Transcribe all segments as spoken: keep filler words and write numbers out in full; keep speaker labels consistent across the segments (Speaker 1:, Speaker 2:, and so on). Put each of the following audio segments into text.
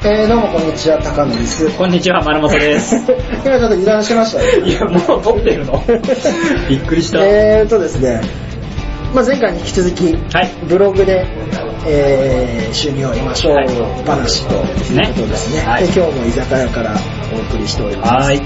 Speaker 1: えー、どうもこんにちは、高野です。
Speaker 2: こんにちは、丸本です。
Speaker 1: 今ちょっと油断してましたね。
Speaker 2: いや、もう撮ってるのびっくりした。
Speaker 1: えーとですね、まあ、前回に引き続き、はい、ブログで、えー、収入を得ましょう、はい、話ということですね。はい、で今日も居酒屋からお送りしております。はい。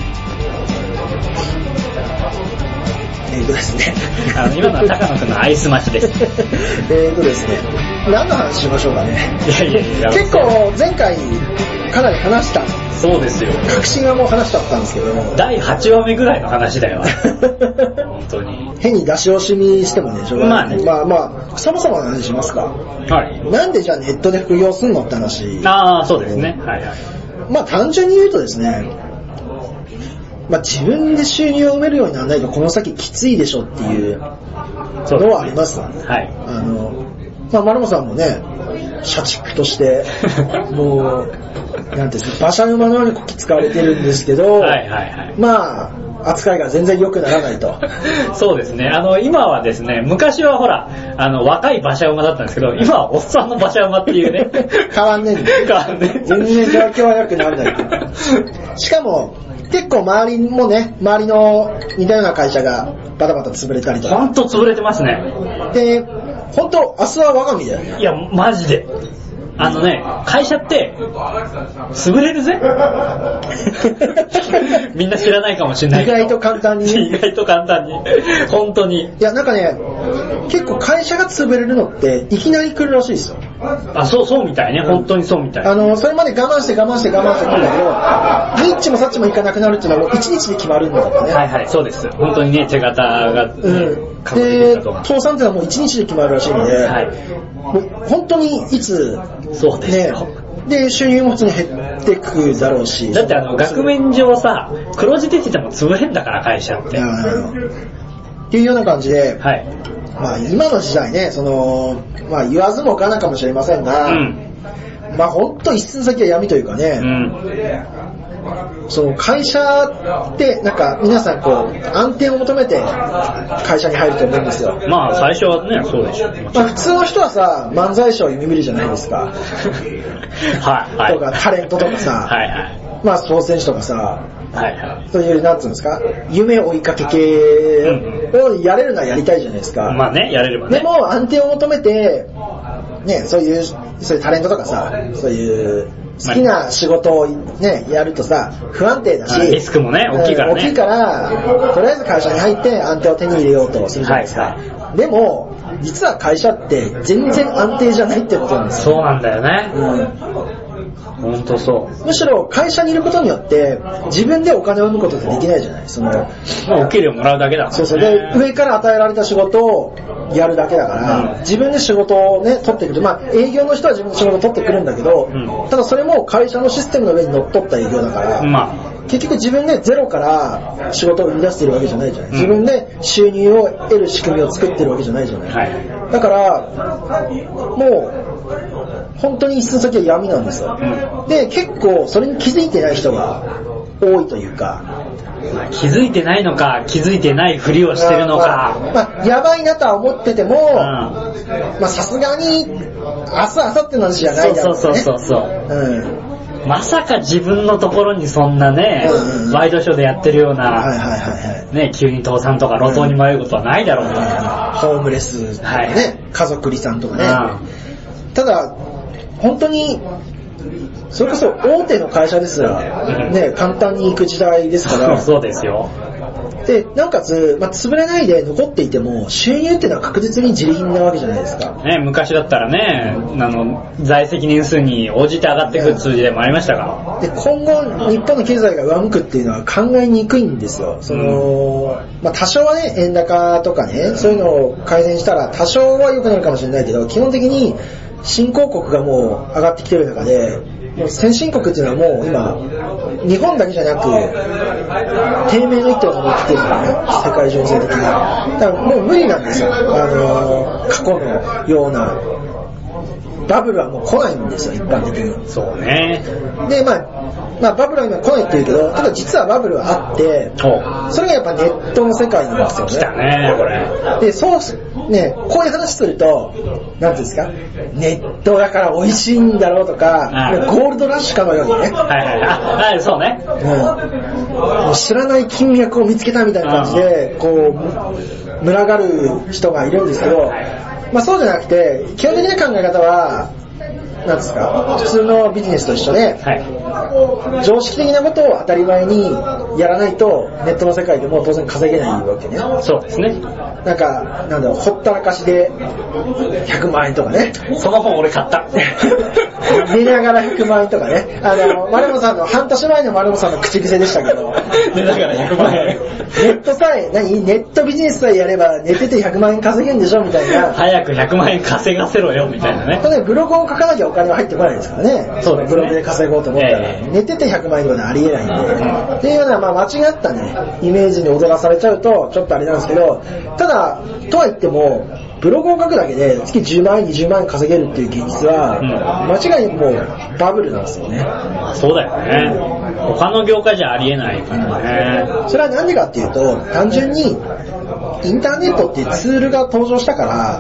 Speaker 1: えーとですね、
Speaker 2: あの今のは高野くんのアイス待ちです。
Speaker 1: えーとですね、何の話しましょうかね。
Speaker 2: いやいやいや、
Speaker 1: 結構前回かなり話した。
Speaker 2: そうですよ。
Speaker 1: 確信はもう話しちゃったんですけど。
Speaker 2: だいはちわめぐらいの話だよ。本当に。
Speaker 1: 変に出し惜しみしてもね、しょうがない。まあね。まあまあ、そもそもの話しますか。はい。なんでじゃあネットで副業すんのって話。
Speaker 2: ああ、そうですね。はいはい。
Speaker 1: まあ単純に言うとですね、まあ自分で収入を埋めるようにならないとこの先きついでしょっていうのはありますわね。はい。あの、まあ丸本さんもね、社畜として、もう、なんていうんですか、馬車馬のようにこき使われてるんですけど、はいはいはい。まあ、扱いが全然良くならないと。
Speaker 2: そうですね。あの、今はですね、昔はほら、あの、若い馬車馬だったんですけど、今はおっさんの馬車馬っていうね。
Speaker 1: 変わんねえんだよ。変わんねえ。全然状況は良くならない。しかも、結構周りもね、周りの似たような会社がバタバタ潰れたりとか。
Speaker 2: ほんと潰れてますね。
Speaker 1: で、ほんと明日は我が身だよね。
Speaker 2: いや、マジで。あのね、会社って、潰れるぜみんな知らないかもしれないけど。
Speaker 1: 意外と簡単に。
Speaker 2: 意外と簡単に。本当に。
Speaker 1: いや、なんかね、結構会社が潰れるのって、いきなり来るらしいですよ。
Speaker 2: あ、そう、そうみたいね。本当にそうみたい。
Speaker 1: あの、それまで我慢して我慢して我慢して来るんだけど、ニッチもサッチもいかなくなるっていうのはもう一日で決まるんだってね。
Speaker 2: はいはい、そうです。本当にね、手形が、ね、うん。
Speaker 1: で、倒産っていうのはもう一日で決まるらしいので、はい、もう本当にいつ、
Speaker 2: そうですね。
Speaker 1: で、収入も普通に減っていくだろうし。
Speaker 2: だってあの、額面上さ、黒字出てても潰れんだから、会社って。
Speaker 1: っていうような感じで、はい、まあ今の時代ね、その、まあ言わずもがなかもしれませんが、うん、まあ本当一寸先は闇というかね、うん、その会社ってなんか皆さんこう安定を求めて会社に入ると思うんですよ。
Speaker 2: まあ最初はね、そうでしょ。
Speaker 1: まあ普通の人はさ、漫才師を夢見るじゃないですか。はいはい。とかタレントとかさ、はいはい。まあスポーツ選手とかさ、はいはい。そういうなんつうんですか、夢追いかけ系をやれるのはやりたいじゃないですか。
Speaker 2: まあね、やれればね。
Speaker 1: でも安定を求めてね、そういうそういうタレントとかさ、そういう好きな仕事をね、やるとさ、不安定だし、
Speaker 2: リスクもね、大きいからね。
Speaker 1: 大きいから、とりあえず会社に入って安定を手に入れようとするじゃないですか。はいはい、でも、実は会社って全然安定じゃないってことなんですよ。
Speaker 2: そうなんだよね。うん本当そう。
Speaker 1: むしろ会社にいることによって自分でお金を生むことってできないじゃない。その
Speaker 2: まあお給料もらうだけだから、ね。そう
Speaker 1: そうで上から与えられた仕事をやるだけだから、うん、自分で仕事をね取ってくる。まあ営業の人は自分で仕事を取ってくるんだけど、うん、ただそれも会社のシステムの上に乗っ取った営業だから、まあ、結局自分でゼロから仕事を生み出してるわけじゃないじゃない。自分で収入を得る仕組みを作ってるわけじゃないじゃない。はい、だからもう。本当に一寸先は闇なんですよ、うん、で結構それに気づいてない人が多いというか、
Speaker 2: まあ、気づいてないのか気づいてないふりをしてるのか、
Speaker 1: まあまあ、やばいなとは思っててもさすがに明日明後日の話じゃないだろうね。
Speaker 2: そうそうそうそう、うん、まさか自分のところにそんなね、うんうん、ワイドショーでやってるような、はいはいはいはい、ね、急に倒産とか路頭に迷うことはないだろうと、うん、
Speaker 1: ホームレスとかね、はい、家族離散とかね、うん、ただ本当にそれこそ大手の会社ですら、ね、簡単に行く時代ですから
Speaker 2: そうですよ。
Speaker 1: でなおかつ、まあ、潰れないで残っていても収入っていうのは確実に自利品なわけじゃないですか、
Speaker 2: ね、昔だったらねあの在籍年数に応じて上がってくる数字でもありましたが、
Speaker 1: で今後日本の経済が上向くっていうのは考えにくいんですよ。その、うんまあ、多少はね円高とかねそういうのを改善したら多少は良くなるかもしれないけど基本的に新興国がもう上がってきてる中でもう先進国っていうのはもう今日本だけじゃなく低迷の一途が起きてるのね世界情勢的に。だからもう無理なんですよ。あの過去のようなバブルはもう来ないんですよ一般的に。
Speaker 2: そうね。
Speaker 1: でまあまあ、バブルは今来ないって言うけど、ただ実はバブルはあって、それがやっぱネットの世界なんですよね。
Speaker 2: 来たねこれ。
Speaker 1: でそうね、こういう話すると、なんていうんですか、ネットだから美味しいんだろうとか、ゴールドラッシュかのようにね。
Speaker 2: はいはいはい。あ、そうね。
Speaker 1: うん。知らない金脈を見つけたみたいな感じで、こう、群がる人がいるんですけど、まあそうじゃなくて、基本的な考え方は、なんですか、普通のビジネスと一緒で、はい、常識的なことを当たり前にやらないとネットの世界でも当然稼げないわけね。
Speaker 2: そうですね。
Speaker 1: なんか、なんだろう、ほったらかしでひゃくまんえんとかね。
Speaker 2: その本俺買った。
Speaker 1: 寝ながらひゃくまんえんとかね。あの、マルモさんの、半年前のマルモさんの口癖でしたけど。
Speaker 2: 寝ながらひゃくまんえん。
Speaker 1: ネットさえ、何ネットビジネスさえやれば寝ててひゃくまんえん稼げるんでしょみたいな。
Speaker 2: 早くひゃくまんえん稼がせろよみたいなね。
Speaker 1: これブログを書かなきゃお金は入ってこないですからね。そうですね。ブログで稼ごうと思ったら。えー、寝ててひゃくまんえんとかありえないんで。っていうような、まあ間違ったね、イメージに踊らされちゃうと、ちょっとあれなんですけど、ただ、とは言っても、ブログを書くだけで月じゅうまんえん、にじゅうまんえん稼げるっていう現実は、間違いなくもうバブルなんですよね。
Speaker 2: まあそうだよね。他の業界じゃありえないからね。
Speaker 1: それはなんでかっていうと、単純にインターネットっていうツールが登場したから、うん、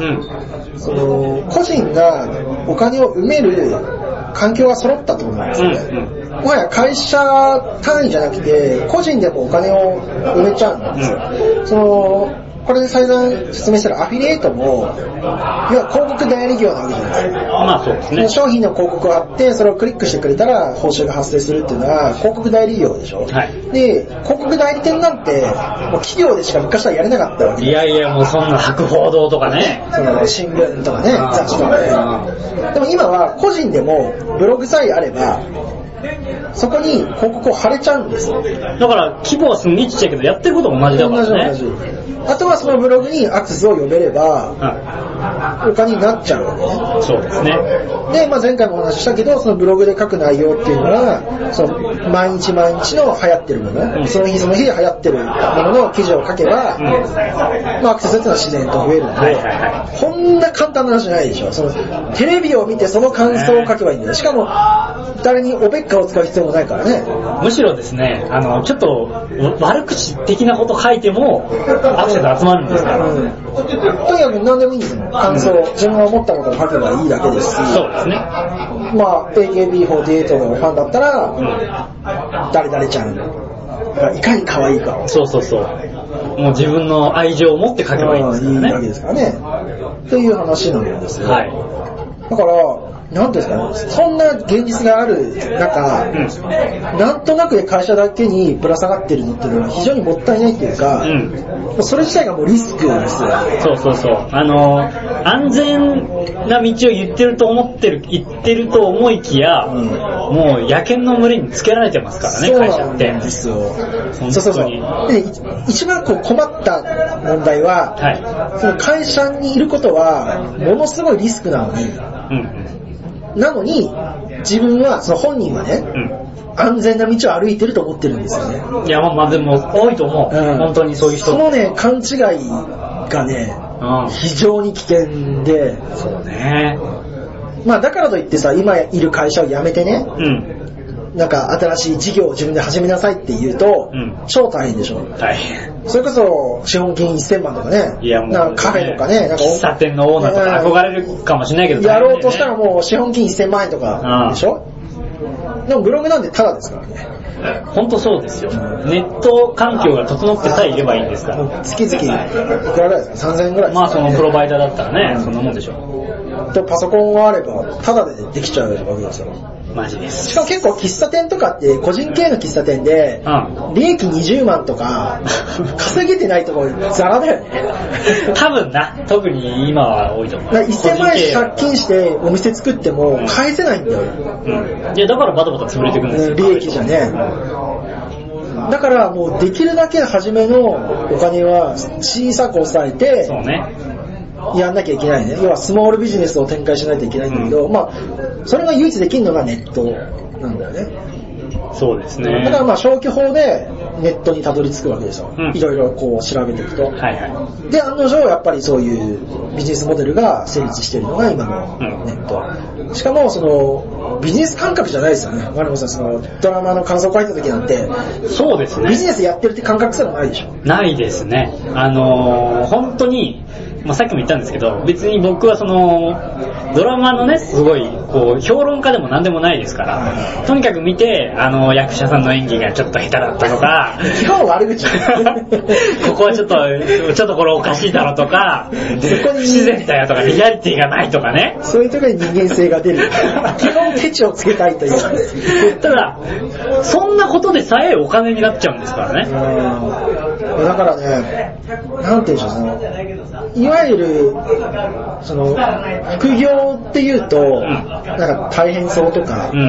Speaker 1: その個人がお金を埋める環境が揃ったと思うんですよね。うんうん、もはや会社単位じゃなくて個人でもお金を埋めちゃうんですよ。うん、そのこれで再三説明したらアフィリエイトも、要は広告代理業なわけじゃないですか。まあそうですね。商品の広告があって、それをクリックしてくれたら報酬が発生するっていうのは広告代理業でしょ。はい。で、広告代理店なんて、もう企業でしか昔はやれなかったわけ。
Speaker 2: いやいや、もうそんな博報堂とかね。
Speaker 1: その新聞とかね、雑誌とかね。でも今は個人でもブログさえあれば、そこに広告を貼れちゃうんですよ。
Speaker 2: だから規模はすんげえちっちゃいけどやってることも同じだからね。同じ同じ。
Speaker 1: あとはそのブログにアクセスを読めれば、お金になっちゃうわけね。
Speaker 2: そうですね。
Speaker 1: で、まあ、前回もお話ししたけど、そのブログで書く内容っていうのは、その毎日毎日の流行ってるもの、うん、その日その日で流行ってるものの記事を書けば、うん、まあ、アクセスっていうのは自然と増えるので、はいはいはい、こんな簡単な話じゃないでしょ。そのテレビを見てその感想を書けばいいんだよ。しかも、誰におべっかを使う必要もないからね。
Speaker 2: むしろですね、あの、ちょっと悪口的なこと書いても、アクセス集まるんですから。うん、
Speaker 1: とにかく何でもいいんですよ。感想、うん、自分が思ったことを書けばいいだけですし。
Speaker 2: そうですね。
Speaker 1: まあ、エーケービーフォーティーエイト のファンだったら、うん、誰々ちゃんがいかに可愛いかを。
Speaker 2: そうそうそう。もう自分の愛情を持って書けばいいんですからね。
Speaker 1: いいわけですからね。っていう話なんですよ。はい。だから、なんていうんですかね、そんな現実がある中、うん、なんとなくで会社だけにぶら下がってるのっていうのは非常にもったいないっていうか、うん、それ自体がもうリスクですよ。
Speaker 2: そうそうそう。あの、安全な道を言ってると思ってる、言ってると思いきや、うん、もう野犬の群れにつけられてますからね、会社って。そうなんですよ。
Speaker 1: そうそうそう。で、一番こう困った問題は、はい、その会社にいることはものすごいリスクなのに、うんなのに、自分は、その本人はね、うん、安全な道を歩いてると思ってるんですよね。
Speaker 2: いや、まあでも多いと思う。うん、本当にそういう人。
Speaker 1: そのね、勘違いがね、うん、非常に危険で。
Speaker 2: そうね。
Speaker 1: まあだからといってさ、今いる会社を辞めてね、うん、なんか新しい事業を自分で始めなさいって言うと、うん、超大変でしょ。
Speaker 2: 大変。
Speaker 1: それこそ資本金せんまんとかね、いやもうねなんかカフェとかね、なんか
Speaker 2: 喫茶店のオーナーとか憧れるかもしれないけど、ね、
Speaker 1: やろうとしたらもう資本金せんまんえんとかでしょ。でもブログなんてタダですからね。
Speaker 2: 本当そうですよ。ネット環境が整ってさえいればいいんですから。
Speaker 1: 月々いくらぐらいですか？さんぜんえんぐらいですか、ね。
Speaker 2: まあそのプロバイダーだったらね、そんなもんでしょ
Speaker 1: う。でパソコンがあればタダでできちゃうわけですよ。
Speaker 2: マジです。
Speaker 1: しかも結構喫茶店とかって個人経営の喫茶店で、うん、利益にじゅうまんとか稼げてないところザラだよね。
Speaker 2: 多分な、特に今は多いと思う。
Speaker 1: せんまんえん借金してお店作っても返せないんだよ。
Speaker 2: うん。いやだからバタバタ潰れていくんですよ。
Speaker 1: 利益じゃね。だからもうできるだけ初めのお金は小さく抑えて。
Speaker 2: そうね。
Speaker 1: やんなきゃいけないね。要はスモールビジネスを展開しないといけないんだけど、うん、まあそれが唯一できるのがネットなんだよね。
Speaker 2: そうですね。
Speaker 1: だからまあ消去法でネットにたどり着くわけですよ。うん、いろいろこう調べていくと。はいはい。で案の定やっぱりそういうビジネスモデルが成立しているのが今のネット。うん、しかもそのビジネス感覚じゃないですよね。マルモさんそのドラマの感想を書いた時なんて。
Speaker 2: そうですね。
Speaker 1: ビジネスやってるって感覚すらないでしょ。
Speaker 2: ないですね。あのー、本当に。 まあ、さっきも言ったんですけど、別に僕はそのドラマのねすごいこう評論家でも何でもないですから、とにかく見てあの役者さんの演技がちょっと下手だったとか
Speaker 1: 基本悪口
Speaker 2: ここはちょっとちょっとこれおかしいだろうとかそこに不自然だよとかリアリティがないとかね、
Speaker 1: そういうところに人間性が出る基本ケチをつけたいという
Speaker 2: ただそんなことでさえお金になっちゃうんですからね。
Speaker 1: だからね、なんていうんでしょう、そのいわゆるその副業っていうと、うん、なんか大変そうとか、
Speaker 2: うんうんうん、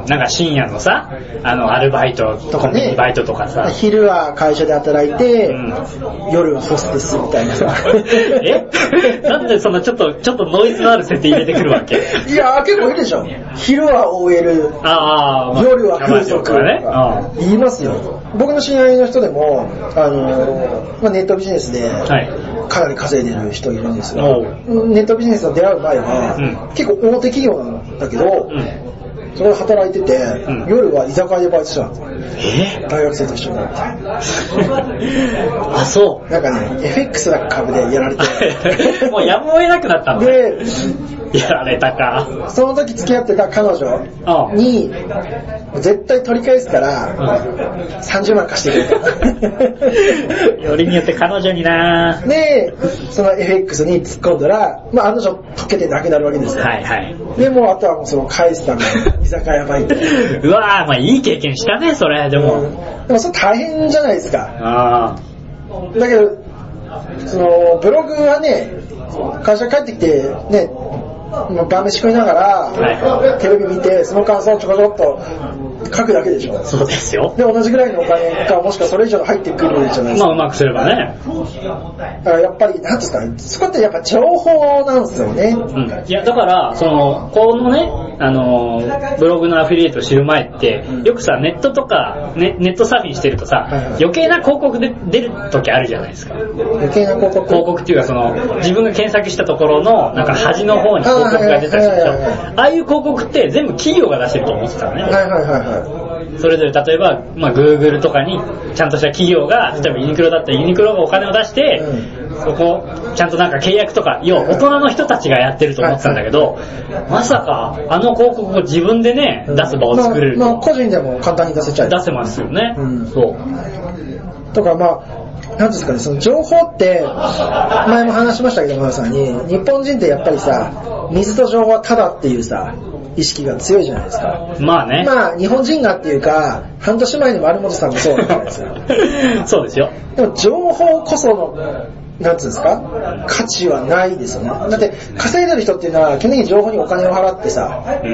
Speaker 2: なんか深夜のさあのアルバイトとかね、バイトとかさ、
Speaker 1: 昼は会社で働いて、うん、夜はホステスみたいなさ
Speaker 2: えなんでそのちょっとちょっとノイズのある設定入れてくるわけ？
Speaker 1: いや結構いいでしょ。昼は オーエル、
Speaker 2: あ、まあ、
Speaker 1: 夜は風俗とか
Speaker 2: ね、
Speaker 1: 言いますよ。僕の知り合いの人でもあの、まあ、ネットビジネスでかなり稼いでる人いるんですが、はい、ネットビジネスと出会う前は、うん、結構大手企業なんだけど、うん、そこで働いてて、うん、夜は居酒屋でバイトしてたんですよ。
Speaker 2: え
Speaker 1: 大学生と一緒になって
Speaker 2: あ、そう
Speaker 1: なんかね エフエックス だか株でやられて
Speaker 2: もうやむを得なくなったの
Speaker 1: で
Speaker 2: やられたか。
Speaker 1: その時付き合ってた彼女に絶対取り返すからさんじゅうまん貸してくれ
Speaker 2: よりによって彼女にな
Speaker 1: でその エフエックス に突っ込んだら、まあ、あの女溶けてなくなるわけですよ。
Speaker 2: はいはい。
Speaker 1: でもうあとはもうその返すために居酒屋バイト
Speaker 2: うわー、まあいい経験したねそれ。でも、うん、
Speaker 1: でもそれ大変じゃないですか。
Speaker 2: あ
Speaker 1: だけどそのブログはね会社帰ってきてね晩飯食いながら、はい、テレビ見てその感想をちょこちょこっと書くだけでしょ。
Speaker 2: そうですよ。
Speaker 1: で同じぐらいのお金かもしくはそれ以上入ってくるじゃないですか。
Speaker 2: まあうまくすればね。
Speaker 1: だからやっぱりなんですかね、そこってやっぱ情報なんですよね。
Speaker 2: うん、いやだからそのこのねあのブログのアフィリエイトを知る前って、うん、よくさネットとか、ね、ネットサーフィンしてるとさ、はいはい、余計な広告で出る時あるじゃないですか。
Speaker 1: 余計な広告。
Speaker 2: 広告っていうかその自分が検索したところのなんか端の方に広告が出たりするでしょ。ああいう広告って全部企業が出してると思ってたのね。
Speaker 1: はいはいはいはい。
Speaker 2: それぞれ例えば、まあ、Google とかにちゃんとした企業が例えばユニクロだったらユニクロがお金を出して、うん、そこちゃんとなんか契約とか要は大人の人たちがやってると思ってたんだけど、まさかあの広告を自分でね、うん、出す場を作れると、
Speaker 1: まあまあ、個人でも簡単に出せちゃう。
Speaker 2: 出せますよね、うん、そう
Speaker 1: とかまあなんですかね、その情報って前も話しましたけど皆さんに日本人ってやっぱりさ水と情報はただっていうさ意識が強いじゃないですか。
Speaker 2: まあね。
Speaker 1: まあ日本人がっていうか半年前に丸本さんもそうだったんですよ
Speaker 2: そうですよ。
Speaker 1: でも情報こそのなんつうんですか価値はないですよね。だって稼いでる人っていうのは基本的に情報にお金を払ってさ、うん、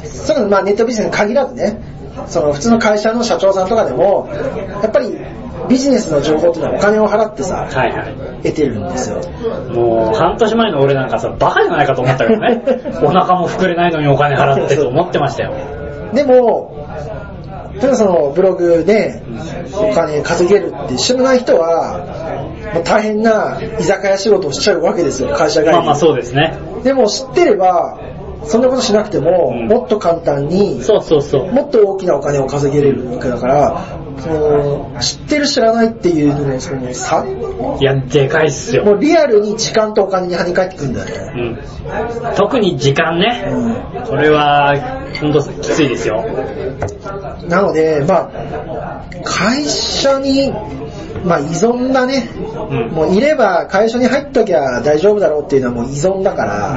Speaker 1: それまあネットビジネスに限らずねその普通の会社の社長さんとかでもやっぱりビジネスの情報っていうのはお金を払ってさ、はいはい、得てるんですよ。も
Speaker 2: う半年前の俺なんかさバカじゃないかと思ったけどねお腹も膨れないのにお金払ってと思ってましたよ。
Speaker 1: でも例えばそのブログでお金稼げるって知らない人はもう大変な居酒屋仕事をしちゃうわけですよ会社帰り。
Speaker 2: まあまあそうですね。
Speaker 1: でも知ってればそんなことしなくても、うん、もっと簡単に
Speaker 2: そうそうそう
Speaker 1: もっと大きなお金を稼げれるわけだからその知ってる知らないっていうののその差
Speaker 2: いやでかいっすよ。
Speaker 1: もうリアルに時間とお金に跳ね返ってくるんだよね、
Speaker 2: うん、特に時間ね、うん、これは本当きついですよ。
Speaker 1: なのでまあ会社にまあ依存だね、うん、もういれば会社に入っときゃ大丈夫だろうっていうのはもう依存だから、うん、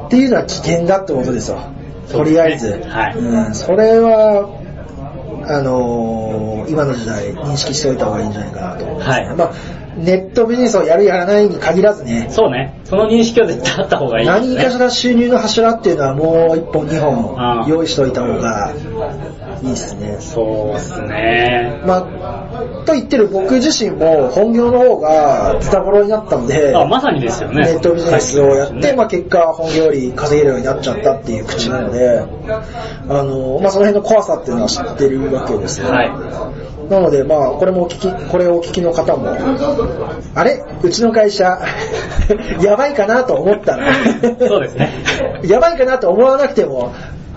Speaker 1: っていうのは危険だってことですよ。とりあえず、
Speaker 2: はい
Speaker 1: うん、それはあのー、今の時代認識しておいた方がいいんじゃないかなと思います、ね。はい。まあネットビジネスをやるやらないに限らずね。
Speaker 2: そうね。その認識は絶対あった方がいいですね。
Speaker 1: 何かしら収入の柱っていうのはもう一本二本用意しておいた方がいいですね。
Speaker 2: そうですね。
Speaker 1: まあと言ってる僕自身も本業の方がズタボロになったので、
Speaker 2: あまさにですよね。
Speaker 1: ネットビジネスをやって、ね、まあ結果本業より稼げるようになっちゃったっていう口なので、あのまあその辺の怖さっていうのは知ってるわけですね。はい。なのでまあこれもお聞きこれをお聞きの方もあれうちの会社やばいかなと思ったら
Speaker 2: そうですね
Speaker 1: やばいかなと思わなくても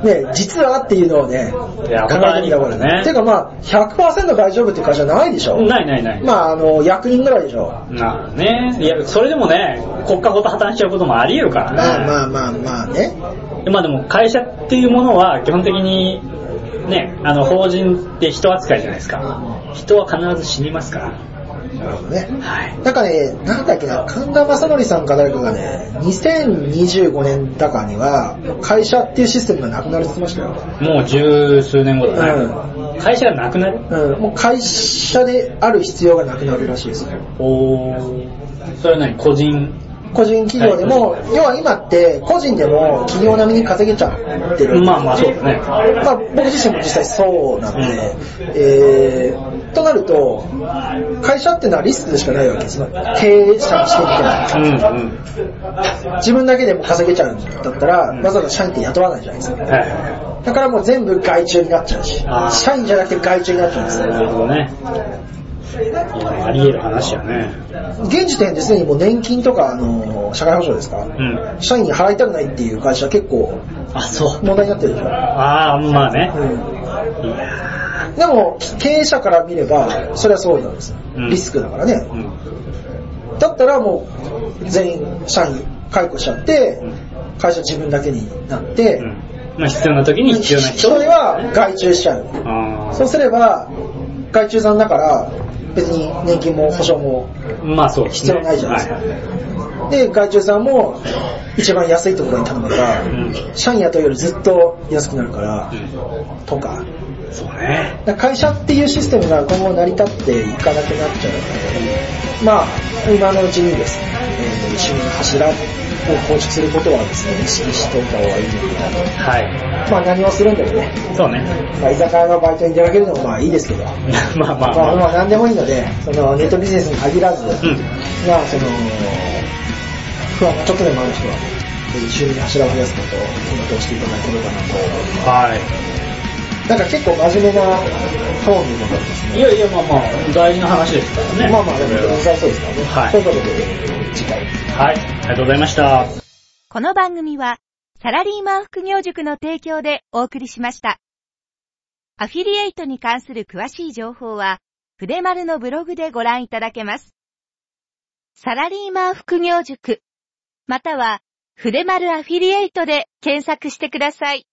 Speaker 1: ね、実はっていうのをね、考えてみた方がいいね。ていうかまあ、ひゃくパーセント 大丈夫っていう会社ないでしょ？
Speaker 2: ないないない。
Speaker 1: まあ、あの、ひゃくにんぐらいでしょ。
Speaker 2: まあね、いや、それでもね、国家ごと破綻しちゃうこともあり得るからね。
Speaker 1: まあまあまあまあね。
Speaker 2: まあでも、会社っていうものは、基本的に、ね、あの、法人って人扱いじゃないですか。人は必ず死にますから。
Speaker 1: なるほどね。
Speaker 2: はい。
Speaker 1: なんかね、なんだっけな、神田正則さんか誰かがね、にせんにじゅうごねんだかには、会社っていうシステムがなくなるって言ってましたよ。
Speaker 2: もう十数年後だね。うん、会社がなくなる？
Speaker 1: うん、もう会社である必要がなくなるらしいですよ。
Speaker 2: おー。それは何？個人？
Speaker 1: 個人企業でも、要は今って個人でも企業並みに稼げちゃってる。
Speaker 2: まあまあそうだね。
Speaker 1: まあ僕自身も実際そうなので、うん、えー、となると、会社ってのはリスクしかないわけですよ。経営者にしてみても、うんうん。自分だけでも稼げちゃうんだったら、わざわざ社員って雇わないじゃないですか。はい、だからもう全部外注になっちゃうし、社員じゃなくて外注になっちゃうんですよ。
Speaker 2: なるほどね。あり得る話やね。
Speaker 1: 現時点ですでにもう年金とか、あの、社会保障ですか、うん、社員に払いたくないっていう会社結構、
Speaker 2: あ、そう。
Speaker 1: 問題になってるでしょ。
Speaker 2: ああ、まあね。うん、
Speaker 1: いやでも、経営者から見れば、それはそうなんですよ。うん、リスクだからね。うん、だったらもう、全員社員解雇しちゃって、うん、会社自分だけになって、うん、
Speaker 2: まあ必要な時に必要な人。
Speaker 1: それは外注しちゃう。あ、そうすれば、外注さんだから、別に年金も保証も必要ないじゃないですか。はい、で、外注さんも一番安いところに頼めば、うん、社員雇うよりずっと安くなるから、うん、とか。
Speaker 2: そうね。
Speaker 1: 会社っていうシステムが今後成り立っていかなくなっちゃうので、まあ、今のうちにですね、えー、収入の柱を構築することはですね、意識しておいた方がいいのかなと。はい。まあ何をするんだよね。
Speaker 2: そうね。
Speaker 1: まあ居酒屋のバイトに出かけるのもまあいいですけど。まあまあまあ。まあまあ何でもいいので、そのネットビジネスに限らず、うん、まあその、不安がちょっとでもある人は、収入の柱を増やすことを検討していただければなと思います。はい。なんか結構真面目なトーンのことですね。
Speaker 2: いやいやまあまあ、大事な話ですからね。
Speaker 1: まあまあ、でも実際そうですからね。はい。ということで、次回。
Speaker 2: はい。ありがとうございました。
Speaker 3: この番組は、サラリーマン副業塾の提供でお送りしました。アフィリエイトに関する詳しい情報は、筆丸のブログでご覧いただけます。サラリーマン副業塾、または、筆丸アフィリエイトで検索してください。